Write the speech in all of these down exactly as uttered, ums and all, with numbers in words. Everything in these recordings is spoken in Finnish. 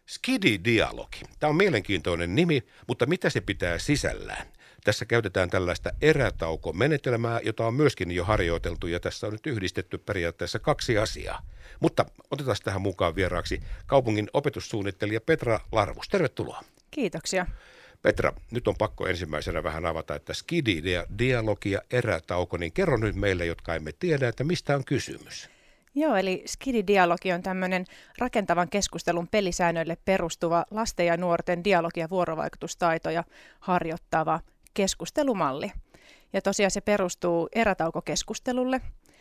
Skidi-dialogi. Tämä on mielenkiintoinen nimi, mutta mitä se pitää sisällään? Tässä käytetään tällaista erätaukomenetelmää, jota on myöskin jo harjoiteltu, ja tässä on nyt yhdistetty periaatteessa kaksi asiaa. Mutta otetaan tähän mukaan vieraaksi kaupungin opetussuunnittelija Petra Larvus. Tervetuloa. Kiitoksia. Petra, nyt on pakko ensimmäisenä vähän avata, että Skidi-dialogi ja erätauko, niin kerro nyt meille, jotka emme tiedä, että mistä on kysymys. Joo, eli Skidi-dialogi on tämmöinen rakentavan keskustelun pelisäännöille perustuva lasten ja nuorten dialogi- ja vuorovaikutustaitoja harjoittava keskustelumalli. Ja tosiaan se perustuu erätaukokeskustelulle.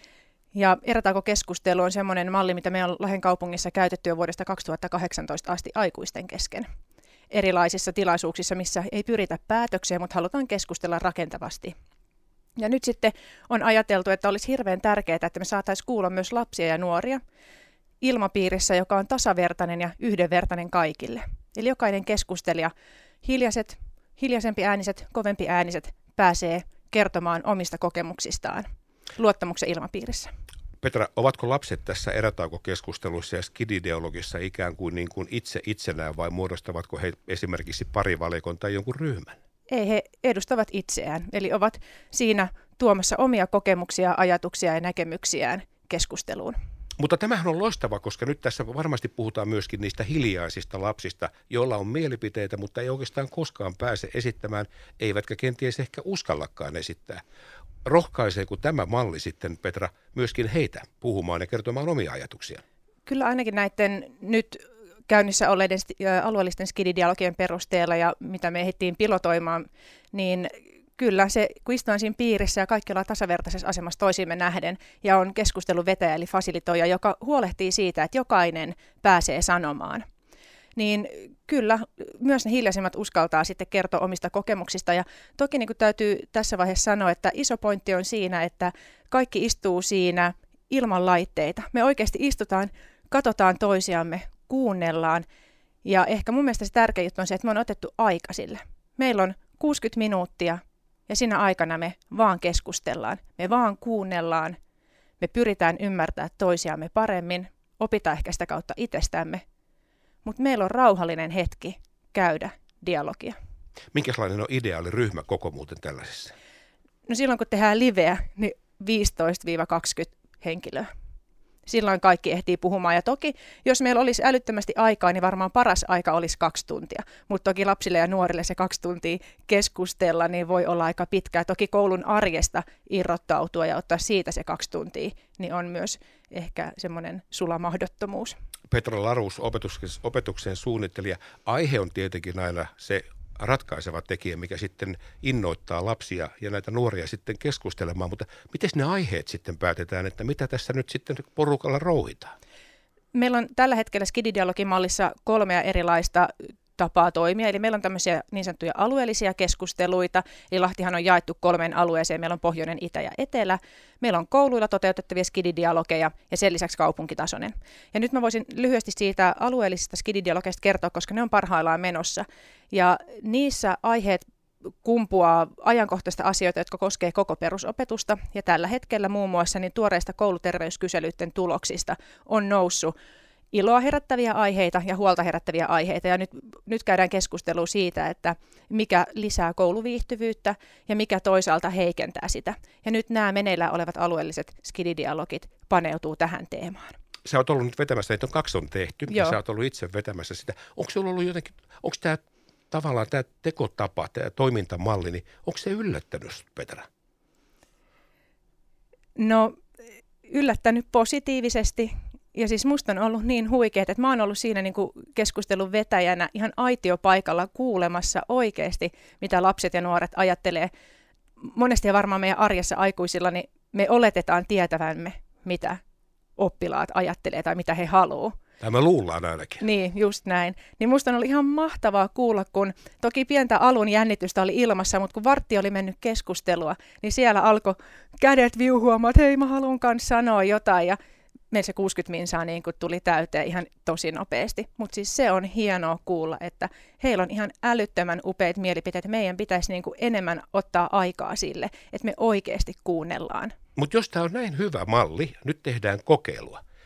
Ja erätaukokeskustelu on semmoinen malli, mitä me on Lahden kaupungissa käytetty jo vuodesta kaksituhattakahdeksantoista asti aikuisten kesken. Erilaisissa tilaisuuksissa, missä ei pyritä päätökseen, mutta halutaan keskustella rakentavasti. Ja nyt sitten on ajateltu, että olisi hirveän tärkeää, että me saataisiin kuulla myös lapsia ja nuoria ilmapiirissä, joka on tasavertainen ja yhdenvertainen kaikille. Eli jokainen keskustelija, hiljaiset, hiljaisempi ääniset, kovempi ääniset, pääsee kertomaan omista kokemuksistaan luottamuksen ilmapiirissä. Petra, ovatko lapset tässä erätaukokeskustelussa ja Skidi-dialogissa ikään kuin, niin kuin itse itsenään vai muodostavatko he esimerkiksi parivalikon tai jonkun ryhmän? Ei, he edustavat itseään, eli ovat siinä tuomassa omia kokemuksia, ajatuksia ja näkemyksiään keskusteluun. Mutta tämähän on loistava, koska nyt tässä varmasti puhutaan myöskin niistä hiljaisista lapsista, joilla on mielipiteitä, mutta ei oikeastaan koskaan pääse esittämään, eivätkä kenties ehkä uskallakaan esittää. Rohkaiseeko tämä malli sitten, Petra, myöskin heitä puhumaan ja kertomaan omia ajatuksia? Kyllä ainakin näiden nyt käynnissä olleiden alueellisten Skidi-dialogien perusteella ja mitä me ehdittiin pilotoimaan, niin kyllä se, kun istutaan siinä piirissä ja kaikki ollaan tasavertaisessa asemassa toisiimme nähden ja on keskustelun vetäjä eli fasilitoija, joka huolehtii siitä, että jokainen pääsee sanomaan, niin kyllä myös ne hiljaisimmat uskaltaa sitten kertoa omista kokemuksista. Ja toki niin kuin täytyy tässä vaiheessa sanoa, että iso pointti on siinä, että kaikki istuu siinä ilman laitteita. Me oikeasti istutaan, katsotaan toisiamme, kuunnellaan. Ja ehkä mun mielestä se tärkeä juttu on se, että me on otettu aika sille. Meillä on kuusikymmentä minuuttia ja siinä aikana me vaan keskustellaan. Me vaan kuunnellaan. Me pyritään ymmärtämään toisiamme paremmin. Opitaan ehkä sitä kautta itsestämme. Mutta meillä on rauhallinen hetki käydä dialogia. Minkälainen on ideaali ryhmä koko muuten tällaisessa? No silloin kun tehdään liveä, niin viisitoista kaksikymmentä henkilöä. Silloin kaikki ehtii puhumaan. Ja toki, jos meillä olisi älyttömästi aikaa, niin varmaan paras aika olisi kaksi tuntia. Mutta toki lapsille ja nuorille se kaksi tuntia keskustella niin voi olla aika pitkää. Toki koulun arjesta irrottautua ja ottaa siitä se kaksi tuntia, niin on myös ehkä semmoinen sula mahdottomuus. Petra Larvus, opetuksen suunnittelija. Aihe on tietenkin aina se ratkaiseva tekijä, mikä sitten innoittaa lapsia ja näitä nuoria sitten keskustelemaan, mutta miten ne aiheet sitten päätetään, että mitä tässä nyt sitten porukalla rouhitaan? Meillä on tällä hetkellä Skidi-dialogimallissa kolmea erilaista tapaa toimia, eli meillä on tämmöisiä niin sanottuja alueellisia keskusteluita, eli Lahtihan on jaettu kolmeen alueeseen, meillä on pohjoinen, itä ja etelä, meillä on kouluilla toteutettavia Skidi-dialogeja ja sen lisäksi kaupunkitasoinen. Ja nyt mä voisin lyhyesti siitä alueellisista Skidi-dialogeista kertoa, koska ne on parhaillaan menossa, ja niissä aiheet kumpuaa ajankohtaista asioita, jotka koskee koko perusopetusta, ja tällä hetkellä muun muassa niin tuoreista kouluterveyskyselyiden tuloksista on noussut iloa herättäviä aiheita ja huolta herättäviä aiheita. Ja nyt, nyt käydään keskustelua siitä, että mikä lisää kouluviihtyvyyttä ja mikä toisaalta heikentää sitä. Ja nyt nämä meneillään olevat alueelliset Skidi-dialogit paneutuu tähän teemaan. Sä oot ollut nyt vetämässä, että on kaksi on tehty, Joo. ja sä oot ollut itse vetämässä sitä. Onko sulla ollut jotenkin, onko tämä tavallaan tämä tekotapa, tämä toimintamalli, niin onko se yllättänyt, Petra? No, yllättänyt positiivisesti. Ja siis musta on ollut niin huikeet, että mä oon ollut siinä niin kuin keskustelun vetäjänä ihan aitiopaikalla kuulemassa oikeasti, mitä lapset ja nuoret ajattelee. Monesti ja varmaan meidän arjessa aikuisilla, niin me oletetaan tietävämme, mitä oppilaat ajattelee tai mitä he haluaa. Tai me luullaan ainakin. Niin, just näin. Niin musta on ollut ihan mahtavaa kuulla, kun toki pientä alun jännitystä oli ilmassa, mutta kun vartti oli mennyt keskustelua, niin siellä alkoi kädet viuhuamaan, että hei mä haluan kanssa sanoa jotain ja meillä se kuusikymmentä minsaa niin kuin tuli täyteen ihan tosi nopeasti, mutta siis se on hienoa kuulla, että heillä on ihan älyttömän upeat mielipiteet. Meidän pitäisi niin kuin enemmän ottaa aikaa sille, että me oikeasti kuunnellaan. Mutta jos tämä on näin hyvä malli, nyt tehdään kokeilua, niin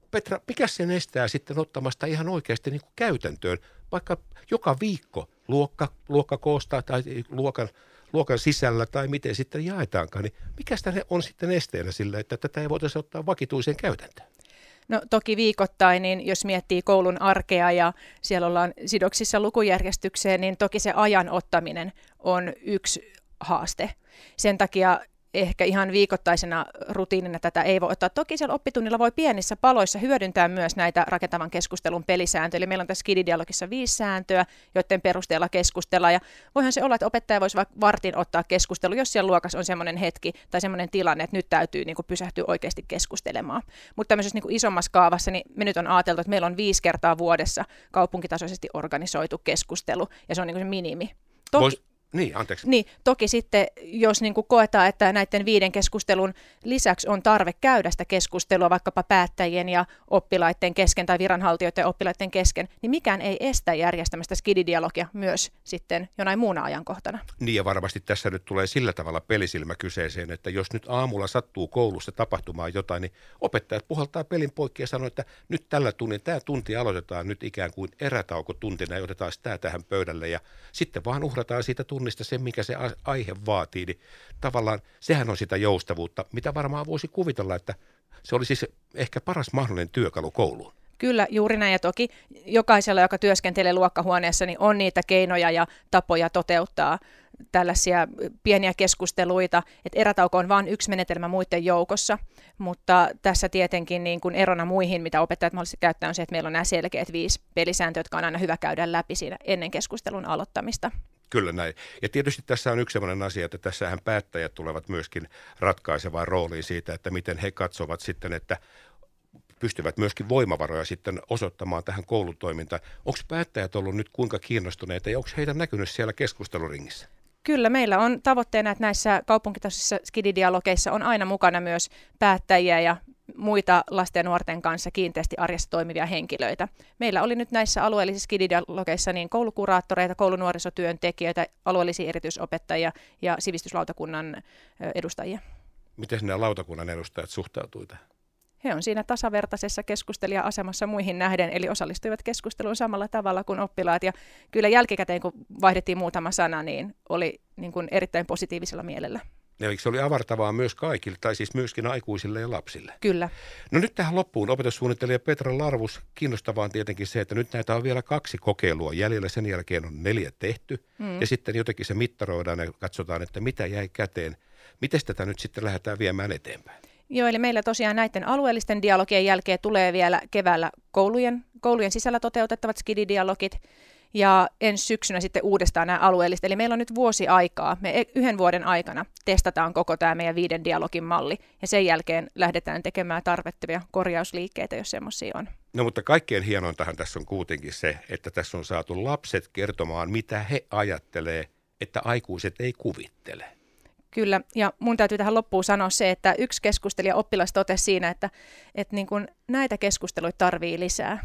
Petra, mikä sen estää sitten ottamasta ihan oikeasti niin kuin käytäntöön, vaikka joka viikko luokka, luokkakoosta tai luokan, luokan sisällä tai miten sitten jaetaankaan, niin mikä sitä on sitten esteenä sillä, että tätä ei voitaisi ottaa vakituiseen käytäntöön? No toki viikoittain, niin jos miettii koulun arkea ja siellä ollaan sidoksissa lukujärjestykseen, niin toki se ajan ottaminen on yksi haaste. Sen takia ehkä ihan viikoittaisena rutiinina tätä ei voi ottaa. Toki siellä oppitunnilla voi pienissä paloissa hyödyntää myös näitä rakentavan keskustelun pelisääntöjä. Eli meillä on tässä Skididialogissa viisi sääntöä, joiden perusteella keskustellaan. Ja voihan se olla, että opettaja voisi vaikka vartin ottaa keskustelu, jos siellä luokassa on semmoinen hetki tai semmoinen tilanne, että nyt täytyy niin kuin pysähtyä oikeasti keskustelemaan. Mutta tämmöisessä niin kuin isommassa kaavassa, niin me nyt on ajateltu, että meillä on viisi kertaa vuodessa kaupunkitasoisesti organisoitu keskustelu, ja se on niin kuin se minimi. Toki, Vois... Niin, anteeksi. Niin, toki sitten, jos niin kuin koetaan, että näiden viiden keskustelun lisäksi on tarve käydä sitä keskustelua vaikkapa päättäjien ja oppilaiden kesken tai viranhaltijoiden ja oppilaiden kesken, niin mikään ei estä järjestämästä skididialogia myös sitten jonain muuna ajankohtana. Niin, ja varmasti tässä nyt tulee sillä tavalla pelisilmä kyseeseen, että jos nyt aamulla sattuu koulussa tapahtumaan jotain, niin opettajat puhaltaa pelin poikki ja sanoo, että nyt tällä tunnin, tämä tunti aloitetaan nyt ikään kuin erätaukotuntina ja otetaan sitä tähän pöydälle ja sitten vaan uhrataan siitä tunnista se, mikä se aihe vaatii, niin tavallaan sehän on sitä joustavuutta, mitä varmaan voisi kuvitella, että se olisi se ehkä paras mahdollinen työkalu kouluun. Kyllä, juuri näin, ja toki jokaisella, joka työskentelee luokkahuoneessa, niin on niitä keinoja ja tapoja toteuttaa tällaisia pieniä keskusteluita, että erätauko on vain yksi menetelmä muiden joukossa, mutta tässä tietenkin niin kuin erona muihin, mitä opettajat mahdollisesti käyttää, on se, että meillä on nämä selkeät viisi pelisääntöä, jotka on aina hyvä käydä läpi siinä ennen keskustelun aloittamista. Kyllä näin. Ja tietysti tässä on yksi sellainen asia, että tässähän päättäjät tulevat myöskin ratkaisevaan rooliin siitä, että miten he katsovat sitten, että pystyvät myöskin voimavaroja sitten osoittamaan tähän koulutoimintaan. Onko päättäjät ollut nyt kuinka kiinnostuneita ja onko heitä näkynyt siellä keskusteluringissä? Kyllä, meillä on tavoitteena, että näissä kaupunkitasoisissa skididialogeissa on aina mukana myös päättäjiä ja muita lasten ja nuorten kanssa kiinteästi arjessa toimivia henkilöitä. Meillä oli nyt näissä alueellisissa skididialogeissa niin koulukuraattoreita, koulunuorisotyöntekijöitä, alueellisia erityisopettajia ja sivistyslautakunnan edustajia. Miten nämä lautakunnan edustajat suhtautuivat tähän? He on siinä tasavertaisessa keskustelija-asemassa muihin nähden, eli osallistuivat keskusteluun samalla tavalla kuin oppilaat. Ja kyllä jälkikäteen, kun vaihdettiin muutama sana, niin oli niin kuin erittäin positiivisella mielellä. Eli se oli avartavaa myös kaikille, tai siis myöskin aikuisille ja lapsille. Kyllä. No nyt tähän loppuun opetussuunnittelija Petra Larvus. Kiinnostavaa on tietenkin se, että nyt näitä on vielä kaksi kokeilua jäljellä. Sen jälkeen on neljä tehty. Mm. Ja sitten jotenkin se mittaroidaan ja katsotaan, että mitä jäi käteen. Miten tätä nyt sitten lähdetään viemään eteenpäin? Joo, eli meillä tosiaan näiden alueellisten dialogien jälkeen tulee vielä keväällä koulujen, koulujen sisällä toteutettavat skididialogit. Ja ensi syksynä sitten uudestaan nämä alueelliset. Eli meillä on nyt vuosi aikaa. Me yhden vuoden aikana testataan koko tämä meidän viiden dialogin malli. Ja sen jälkeen lähdetään tekemään tarvittavia korjausliikkeitä, jos semmoisia on. No mutta kaikkein hienointahan tässä on kuitenkin se, että tässä on saatu lapset kertomaan, mitä he ajattelee, että aikuiset ei kuvittele. Kyllä, ja mun täytyy tähän loppuun sanoa se, että yksi keskustelija oppilas totesi siinä, että, että niin kun näitä keskusteluita tarvii lisää.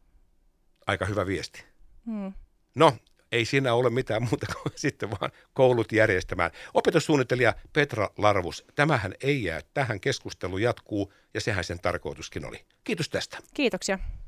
Aika hyvä viesti. Hmm. No, ei siinä ole mitään muuta kuin sitten vaan koulut järjestämään. Opetussuunnittelija Petra Larvus, tämähän ei jää tähän, keskustelu jatkuu ja sehän sen tarkoituskin oli. Kiitos tästä. Kiitoksia.